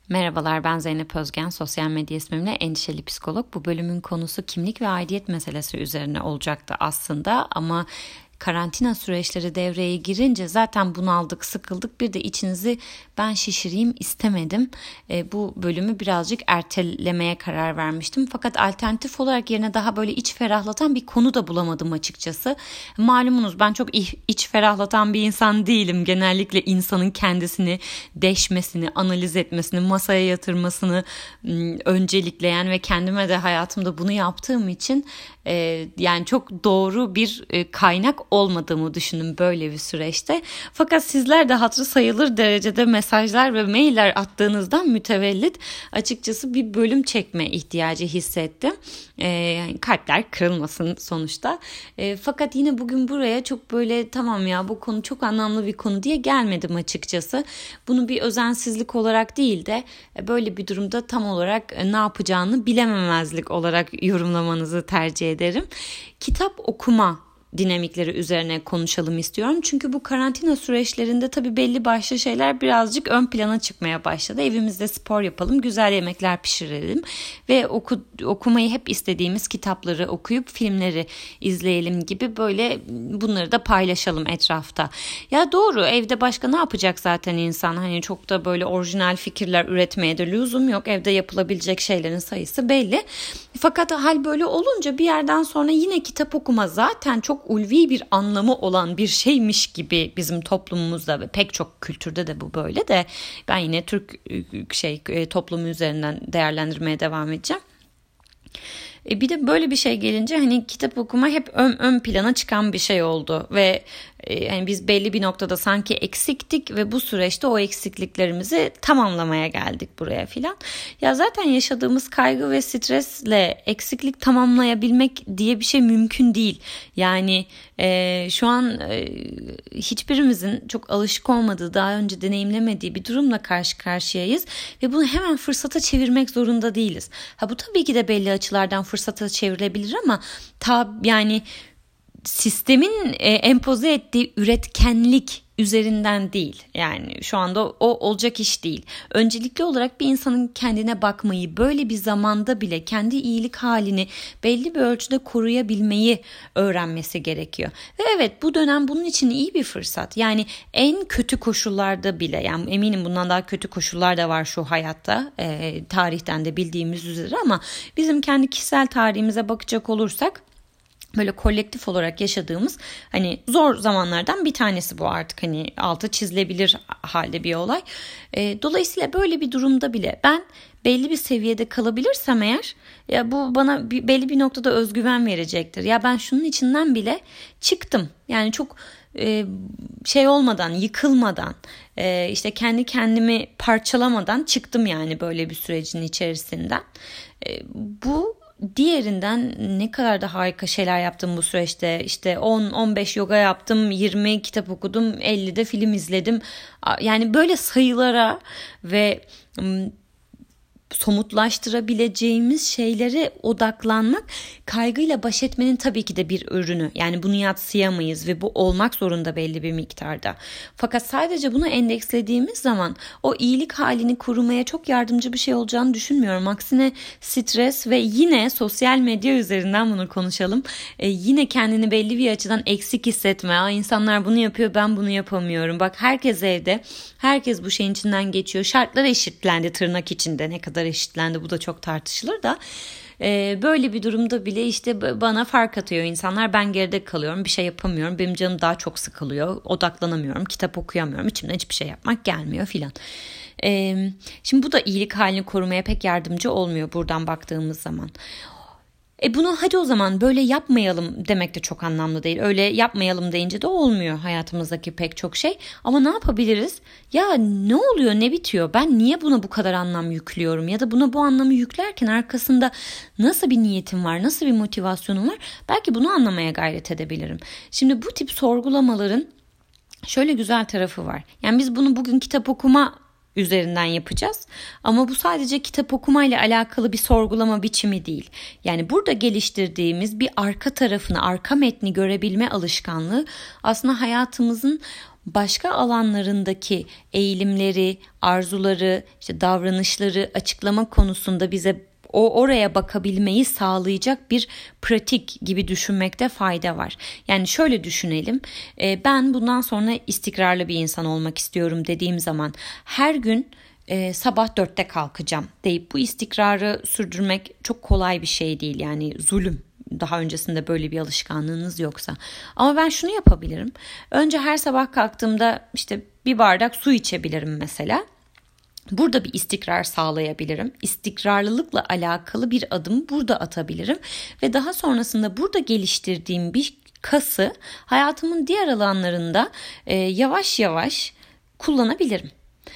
Merhabalar, ben Zeynep Özgen, sosyal medya ismimle endişeli psikolog. Bu bölümün konusu kimlik ve aidiyet meselesi üzerine olacaktı aslında ama karantina süreçleri devreye girince zaten bunaldık, sıkıldık. Bir de içinizi ben şişireyim istemedim. Bu bölümü birazcık ertelemeye karar vermiştim. Fakat alternatif olarak yerine daha böyle iç ferahlatan bir konu da bulamadım açıkçası. Malumunuz ben çok iç ferahlatan bir insan değilim. Genellikle insanın kendisini deşmesini, analiz etmesini, masaya yatırmasını öncelikleyen ve kendime de hayatımda bunu yaptığım için yani çok doğru bir kaynak olmadığımı düşündüm böyle bir süreçte. Fakat sizler de hatırı sayılır derecede mesajlar ve mailler attığınızdan mütevellit açıkçası bir bölüm çekme ihtiyacı hissettim. Kalpler kırılmasın sonuçta. Fakat yine bugün buraya çok böyle tamam ya bu konu çok anlamlı bir konu diye gelmedim açıkçası. Bunu bir özensizlik olarak değil de böyle bir durumda tam olarak ne yapacağını bilememezlik olarak yorumlamanızı tercih ederim. Kitap okuma dinamikleri üzerine konuşalım istiyorum. Çünkü bu karantina süreçlerinde tabii belli başlı şeyler birazcık ön plana çıkmaya başladı. Evimizde spor yapalım, güzel yemekler pişirelim ve okumayı hep istediğimiz kitapları okuyup filmleri izleyelim gibi böyle bunları da paylaşalım etrafta. Ya doğru, evde başka ne yapacak zaten insan? Hani çok da böyle orijinal fikirler üretmeye de lüzum yok. Evde yapılabilecek şeylerin sayısı belli. Fakat hal böyle olunca bir yerden sonra yine kitap okuma zaten çok ulvi bir anlamı olan bir şeymiş gibi bizim toplumumuzda ve pek çok kültürde de bu böyle de ben yine Türk toplumu üzerinden değerlendirmeye devam edeceğim. Bir de böyle bir şey gelince hani kitap okuma hep ön plana çıkan bir şey oldu ve yani biz belli bir noktada sanki eksiktik ve bu süreçte o eksikliklerimizi tamamlamaya geldik buraya filan. Ya zaten yaşadığımız kaygı ve stresle eksiklik tamamlayabilmek diye bir şey mümkün değil. Yani şu an hiçbirimizin çok alışık olmadığı, daha önce deneyimlemediği bir durumla karşı karşıyayız ve bunu hemen fırsata çevirmek zorunda değiliz. Bu tabii ki de belli açılardan fırsata çevrilebilir ama yani sistemin empoze ettiği üretkenlik üzerinden değil. Yani şu anda o olacak iş değil. Öncelikli olarak bir insanın kendine bakmayı, böyle bir zamanda bile kendi iyilik halini belli bir ölçüde koruyabilmeyi öğrenmesi gerekiyor. Ve evet, bu dönem bunun için iyi bir fırsat. Yani en kötü koşullarda bile, yani eminim bundan daha kötü koşullar da var şu hayatta, tarihten de bildiğimiz üzere, ama bizim kendi kişisel tarihimize bakacak olursak böyle kolektif olarak yaşadığımız hani zor zamanlardan bir tanesi bu, artık hani altı çizilebilir halde bir olay. Dolayısıyla böyle bir durumda bile ben belli bir seviyede kalabilirsem eğer, ya bu bana belli bir noktada özgüven verecektir. Ya ben şunun içinden bile çıktım. Yani çok olmadan, yıkılmadan, işte kendi kendimi parçalamadan çıktım yani böyle bir sürecin içerisinden. Bu diğerinden ne kadar da harika şeyler yaptım bu süreçte. İşte 10-15 yoga yaptım, 20 kitap okudum, 50 de film izledim. Yani böyle sayılara ve somutlaştırabileceğimiz şeylere odaklanmak kaygıyla baş etmenin tabii ki de bir ürünü. Yani bunu yadsıyamayız ve bu olmak zorunda belli bir miktarda. Fakat sadece bunu endekslediğimiz zaman o iyilik halini korumaya çok yardımcı bir şey olacağını düşünmüyorum. Aksine stres ve yine sosyal medya üzerinden bunu konuşalım. Yine kendini belli bir açıdan eksik hissetme. İnsanlar bunu yapıyor, ben bunu yapamıyorum. Bak, herkes evde, herkes bu şeyin içinden geçiyor. Şartlar eşitlendi tırnak içinde, ne kadar eşitlendi bu da çok tartışılır da böyle bir durumda bile işte bana fark atıyor insanlar, ben geride kalıyorum, bir şey yapamıyorum, benim canım daha çok sıkılıyor, odaklanamıyorum, kitap okuyamıyorum, içimden hiçbir şey yapmak gelmiyor filan. Şimdi bu da iyilik halini korumaya pek yardımcı olmuyor buradan baktığımız zaman. Bunu hadi o zaman böyle yapmayalım demek de çok anlamlı değil. Öyle yapmayalım deyince de olmuyor hayatımızdaki pek çok şey. Ama ne yapabiliriz? Ya ne oluyor, ne bitiyor? Ben niye buna bu kadar anlam yüklüyorum? Ya da buna bu anlamı yüklerken arkasında nasıl bir niyetim var? Nasıl bir motivasyonum var? Belki bunu anlamaya gayret edebilirim. Şimdi bu tip sorgulamaların şöyle güzel tarafı var. Yani biz bunu bugün kitap okuma üzerinden yapacağız. Ama bu sadece kitap okumayla alakalı bir sorgulama biçimi değil. Yani burada geliştirdiğimiz bir arka tarafını, arka metni görebilme alışkanlığı aslında hayatımızın başka alanlarındaki eğilimleri, arzuları, işte davranışları açıklama konusunda bize oraya bakabilmeyi sağlayacak bir pratik gibi düşünmekte fayda var. Yani şöyle düşünelim, ben bundan sonra istikrarlı bir insan olmak istiyorum dediğim zaman her gün sabah 4'te kalkacağım deyip bu istikrarı sürdürmek çok kolay bir şey değil, yani zulüm. Daha öncesinde böyle bir alışkanlığınız yoksa. Ama ben şunu yapabilirim. Önce her sabah kalktığımda işte bir bardak su içebilirim mesela. Burada bir istikrar sağlayabilirim. İstikrarlılıkla alakalı bir adım burada atabilirim. Ve daha sonrasında burada geliştirdiğim bir kası hayatımın diğer alanlarında yavaş yavaş kullanabilirim.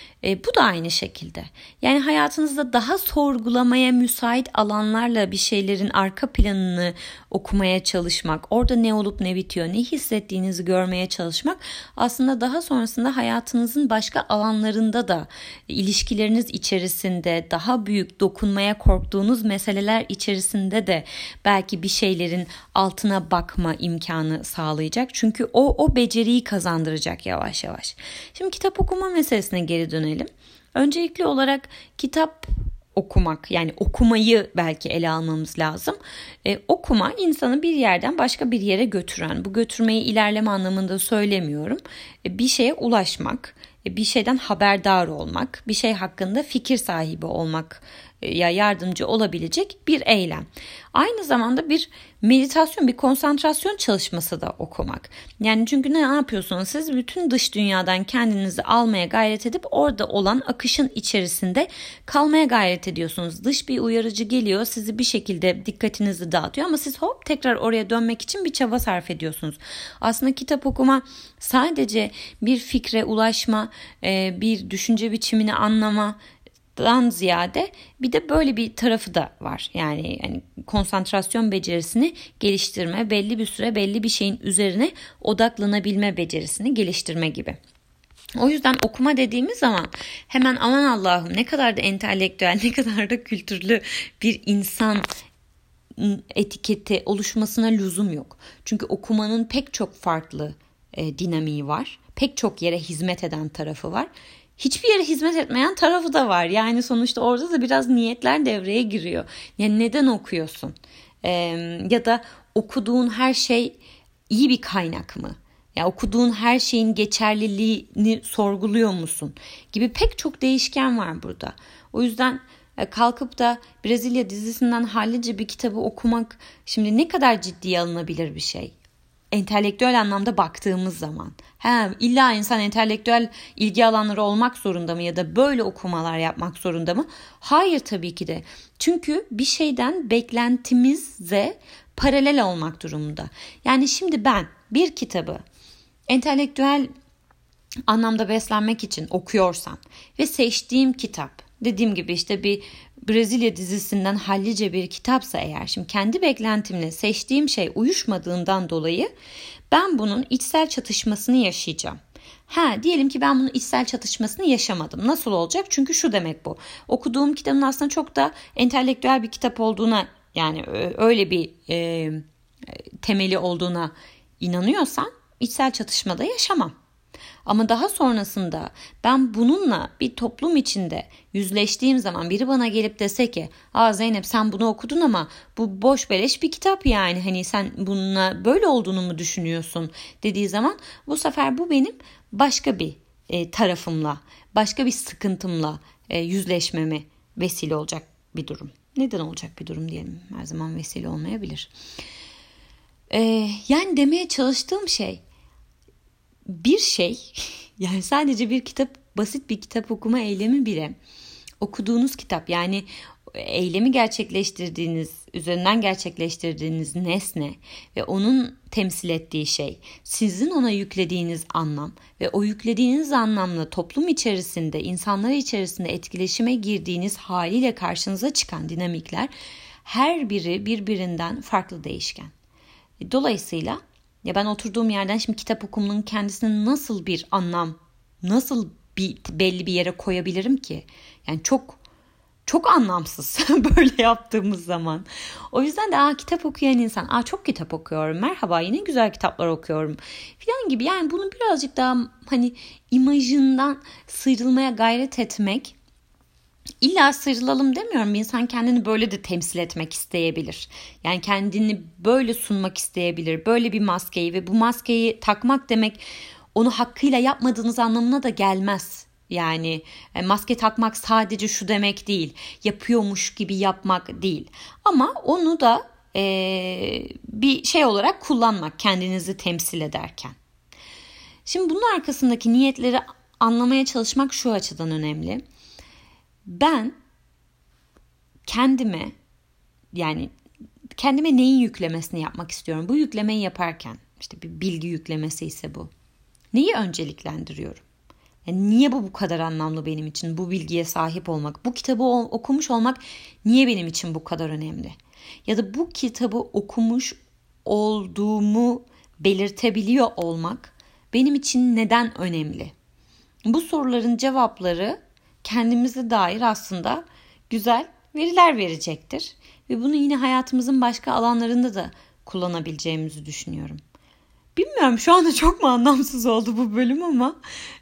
Bu da aynı şekilde. Yani hayatınızda daha sorgulamaya müsait alanlarla bir şeylerin arka planını okumaya çalışmak, orada ne olup ne bitiyor, ne hissettiğinizi görmeye çalışmak aslında daha sonrasında hayatınızın başka alanlarında da ilişkileriniz içerisinde daha büyük dokunmaya korktuğunuz meseleler içerisinde de belki bir şeylerin altına bakma imkanı sağlayacak. Çünkü o beceriyi kazandıracak yavaş yavaş. Şimdi kitap okuma meselesine geri dönelim. Öncelikli olarak kitap okumak, yani okumayı belki ele almamız lazım. Okuma insanı bir yerden başka bir yere götüren, bu götürmeyi ilerleme anlamında söylemiyorum. Bir şeye ulaşmak, bir şeyden haberdar olmak, bir şey hakkında fikir sahibi olmak ya yardımcı olabilecek bir eylem. Aynı zamanda bir meditasyon, bir konsantrasyon çalışması da okumak. Yani çünkü ne yapıyorsunuz siz? Bütün dış dünyadan kendinizi almaya gayret edip orada olan akışın içerisinde kalmaya gayret ediyorsunuz. Dış bir uyarıcı geliyor, sizi bir şekilde dikkatinizi dağıtıyor ama siz hop tekrar oraya dönmek için bir çaba sarf ediyorsunuz. Aslında kitap okuma sadece bir fikre ulaşma, bir düşünce biçimini anlama dan ziyade bir de böyle bir tarafı da var. Yani konsantrasyon becerisini geliştirme, belli bir süre belli bir şeyin üzerine odaklanabilme becerisini geliştirme gibi. O yüzden okuma dediğimiz zaman hemen aman Allah'ım ne kadar da entelektüel, ne kadar da kültürlü bir insan etiketi oluşmasına lüzum yok. Çünkü okumanın pek çok farklı dinamiği var. Pek çok yere hizmet eden tarafı var. Hiçbir yere hizmet etmeyen tarafı da var. Yani sonuçta orada da biraz niyetler devreye giriyor. Yani neden okuyorsun? Ya da okuduğun her şey iyi bir kaynak mı? Ya okuduğun her şeyin geçerliliğini sorguluyor musun? Gibi pek çok değişken var burada. O yüzden kalkıp da Brezilya dizisinden hallice bir kitabı okumak şimdi ne kadar ciddiye alınabilir bir şey? Entelektüel anlamda baktığımız zaman. İlla insan entelektüel ilgi alanları olmak zorunda mı ya da böyle okumalar yapmak zorunda mı? Hayır tabii ki de. Çünkü bir şeyden beklentimize paralel olmak durumunda. Yani şimdi ben bir kitabı entelektüel anlamda beslenmek için okuyorsam ve seçtiğim kitap, dediğim gibi işte bir Brezilya dizisinden hallice bir kitapsa eğer, şimdi kendi beklentimle seçtiğim şey uyuşmadığından dolayı ben bunun içsel çatışmasını yaşayacağım. Diyelim ki ben bunun içsel çatışmasını yaşamadım. Nasıl olacak? Çünkü şu demek bu. Okuduğum kitabın aslında çok da entelektüel bir kitap olduğuna, yani öyle bir temeli olduğuna inanıyorsam içsel çatışmada yaşamam. Ama daha sonrasında ben bununla bir toplum içinde yüzleştiğim zaman biri bana gelip dese ki Zeynep sen bunu okudun ama bu boş beleş bir kitap, yani hani sen bununla böyle olduğunu mu düşünüyorsun dediği zaman bu sefer bu benim başka bir tarafımla, başka bir sıkıntımla yüzleşmeme vesile olacak bir durum. Neden olacak bir durum diyelim, her zaman vesile olmayabilir. Yani demeye çalıştığım şey, bir şey yani sadece bir kitap, basit bir kitap okuma eylemi bile, okuduğunuz kitap, yani eylemi gerçekleştirdiğiniz, üzerinden gerçekleştirdiğiniz nesne ve onun temsil ettiği şey, sizin ona yüklediğiniz anlam ve o yüklediğiniz anlamla toplum içerisinde, insanlar içerisinde etkileşime girdiğiniz haliyle karşınıza çıkan dinamikler her biri birbirinden farklı değişken. Dolayısıyla ya ben oturduğum yerden şimdi kitap okumanın kendisine nasıl bir anlam, nasıl belli bir yere koyabilirim ki? Yani çok anlamsız böyle yaptığımız zaman. O yüzden de kitap okuyan insan, çok kitap okuyorum, merhaba yine güzel kitaplar okuyorum falan gibi. Yani bunu birazcık daha hani imajından sıyrılmaya gayret etmek. İlla sıyrılalım demiyorum. Bir insan kendini böyle de temsil etmek isteyebilir. Yani kendini böyle sunmak isteyebilir. Böyle bir maskeyi ve bu maskeyi takmak demek onu hakkıyla yapmadığınız anlamına da gelmez. Yani maske takmak sadece şu demek değil. Yapıyormuş gibi yapmak değil. Ama onu da bir şey olarak kullanmak kendinizi temsil ederken. Şimdi bunun arkasındaki niyetleri anlamaya çalışmak şu açıdan önemli. Ben kendime neyin yüklemesini yapmak istiyorum? Bu yüklemeyi yaparken işte bir bilgi yüklemesi ise bu. Neyi önceliklendiriyorum? Yani niye bu kadar anlamlı benim için? Bu bilgiye sahip olmak, bu kitabı okumuş olmak niye benim için bu kadar önemli? Ya da bu kitabı okumuş olduğumu belirtebiliyor olmak benim için neden önemli? Bu soruların cevapları kendimize dair aslında güzel veriler verecektir. Ve bunu yine hayatımızın başka alanlarında da kullanabileceğimizi düşünüyorum. Bilmiyorum şu anda çok mu anlamsız oldu bu bölüm ama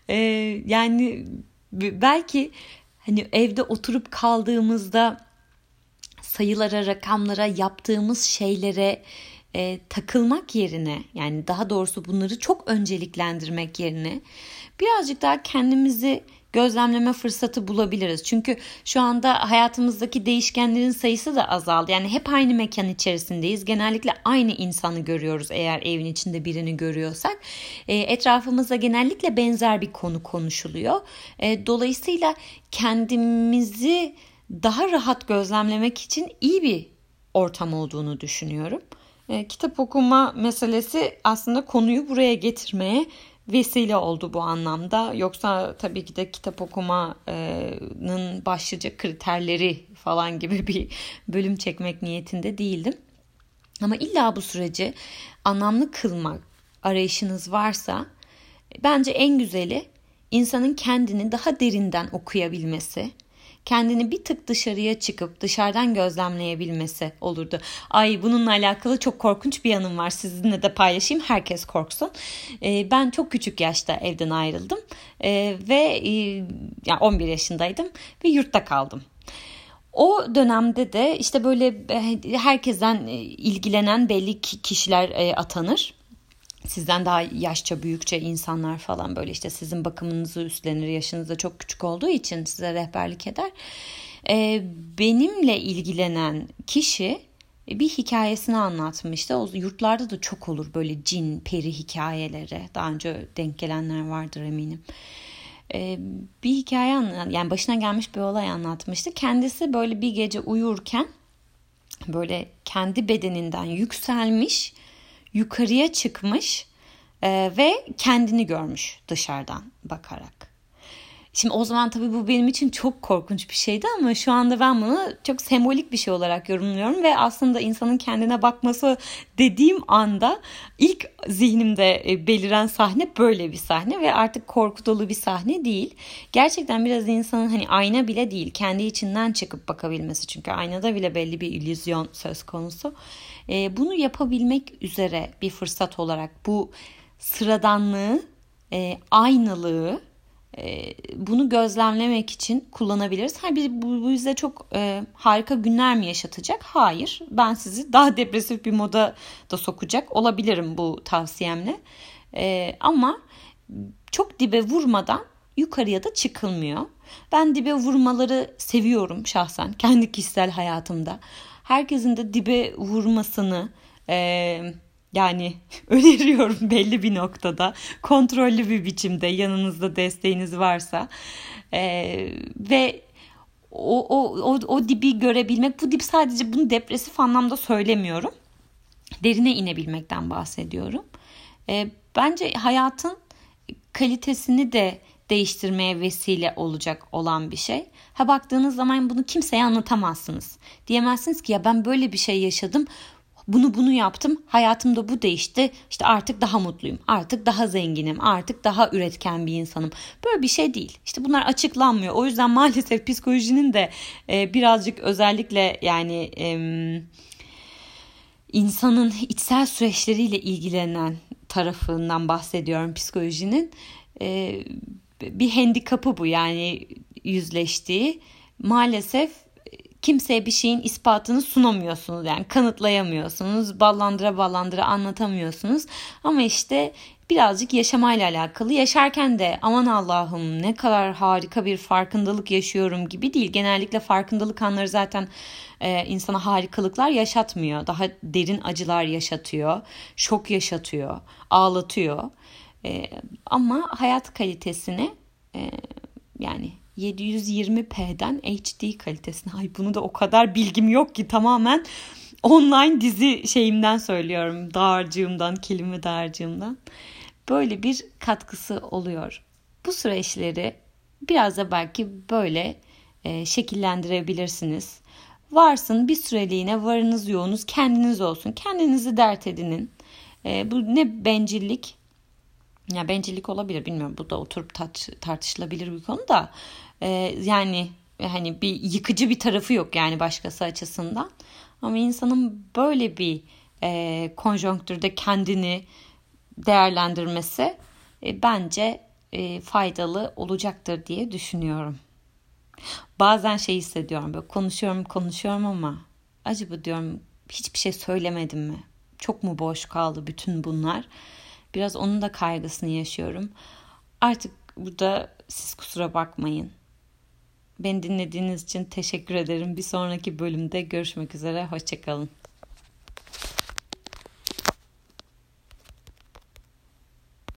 yani belki hani evde oturup kaldığımızda sayılara, rakamlara, yaptığımız şeylere takılmak yerine, yani daha doğrusu bunları çok önceliklendirmek yerine birazcık daha kendimizi gözlemleme fırsatı bulabiliriz. Çünkü şu anda hayatımızdaki değişkenlerin sayısı da azaldı. Yani hep aynı mekan içerisindeyiz. Genellikle aynı insanı görüyoruz eğer evin içinde birini görüyorsak. Etrafımızda genellikle benzer bir konu konuşuluyor. Dolayısıyla kendimizi daha rahat gözlemlemek için iyi bir ortam olduğunu düşünüyorum. Kitap okuma meselesi aslında konuyu buraya getirmeye vesile oldu bu anlamda. Yoksa tabii ki de kitap okumanın başlıca kriterleri falan gibi bir bölüm çekmek niyetinde değildim. Ama illa bu süreci anlamlı kılmak arayışınız varsa bence en güzeli insanın kendini daha derinden okuyabilmesi, kendini bir tık dışarıya çıkıp dışarıdan gözlemleyebilmesi olurdu. Bununla alakalı çok korkunç bir yanım var. Sizinle de paylaşayım. Herkes korksun. Ben çok küçük yaşta evden ayrıldım. Ve yani 11 yaşındaydım ve yurtta kaldım. O dönemde de işte böyle herkesten ilgilenen belli kişiler atanır. Sizden daha yaşça büyükçe insanlar falan böyle işte sizin bakımınızı üstlenir, yaşınız da çok küçük olduğu için size rehberlik eder. Benimle ilgilenen kişi bir hikayesini anlatmıştı. O yurtlarda da çok olur böyle cin, peri hikayeleri. Daha önce denk gelenler vardır eminim. Bir hikaye yani başına gelmiş bir olay anlatmıştı. Kendisi böyle bir gece uyurken böyle kendi bedeninden yükselmiş, yukarıya çıkmış ve kendini görmüş dışarıdan bakarak. Şimdi o zaman tabii bu benim için çok korkunç bir şeydi ama şu anda ben bunu çok sembolik bir şey olarak yorumluyorum ve aslında insanın kendine bakması dediğim anda ilk zihnimde beliren sahne böyle bir sahne ve artık korku dolu bir sahne değil. Gerçekten biraz insanın hani ayna bile değil kendi içinden çıkıp bakabilmesi, çünkü aynada bile belli bir illüzyon söz konusu. Bunu yapabilmek üzere bir fırsat olarak bu sıradanlığı, aynalığı, bunu gözlemlemek için kullanabiliriz. Bu bize çok harika günler mi yaşatacak? Hayır. Ben sizi daha depresif bir moda da sokacak olabilirim bu tavsiyemle. Ama çok dibe vurmadan yukarıya da çıkılmıyor. Ben dibe vurmaları seviyorum şahsen kendi kişisel hayatımda. Herkesin de dibe vurmasını yani öneriyorum belli bir noktada, kontrollü bir biçimde, yanınızda desteğiniz varsa ve o dibi görebilmek. Bu dip sadece bunu depresif anlamda söylemiyorum, derine inebilmekten bahsediyorum. Bence hayatın kalitesini de değiştirmeye vesile olacak olan bir şey. Baktığınız zaman bunu kimseye anlatamazsınız. Diyemezsiniz ki ya ben böyle bir şey yaşadım, bunu yaptım, hayatımda bu değişti, işte artık daha mutluyum, artık daha zenginim, artık daha üretken bir insanım. Böyle bir şey değil. İşte bunlar açıklanmıyor. O yüzden maalesef psikolojinin de birazcık özellikle yani insanın içsel süreçleriyle ilgilenen tarafından bahsediyorum psikolojinin. Bir handikapı bu, yani yüzleştiği. Maalesef kimseye bir şeyin ispatını sunamıyorsunuz, yani kanıtlayamıyorsunuz, ballandıra anlatamıyorsunuz. Ama işte birazcık yaşamayla alakalı. Yaşarken de aman Allah'ım ne kadar harika bir farkındalık yaşıyorum gibi değil. Genellikle farkındalık anları zaten insana harikalıklar yaşatmıyor. Daha derin acılar yaşatıyor, şok yaşatıyor, ağlatıyor. Ama hayat kalitesini yani 720p'den HD kalitesine. Ay bunu da o kadar bilgim yok ki, tamamen online dizi şeyimden söylüyorum. Dağarcığımdan, kelime dağarcığımdan. Böyle bir katkısı oluyor. Bu süreçleri biraz da belki böyle şekillendirebilirsiniz. Varsın bir süreliğine, varınız yoğunuz kendiniz olsun. Kendinizi dert edinin. Bu ne bencillik. Ya bencillik olabilir, bilmiyorum. Bu da oturup tartışılabilir bir konu da. Yani hani bir yıkıcı bir tarafı yok yani başkası açısından. Ama insanın böyle bir konjonktürde kendini değerlendirmesi bence faydalı olacaktır diye düşünüyorum. Bazen şey hissediyorum, böyle konuşuyorum ama acaba diyorum hiçbir şey söylemedim mi? Çok mu boş kaldı bütün bunlar? Biraz onun da kaygısını yaşıyorum. Artık burada siz kusura bakmayın. Beni dinlediğiniz için teşekkür ederim. Bir sonraki bölümde görüşmek üzere. Hoşça kalın.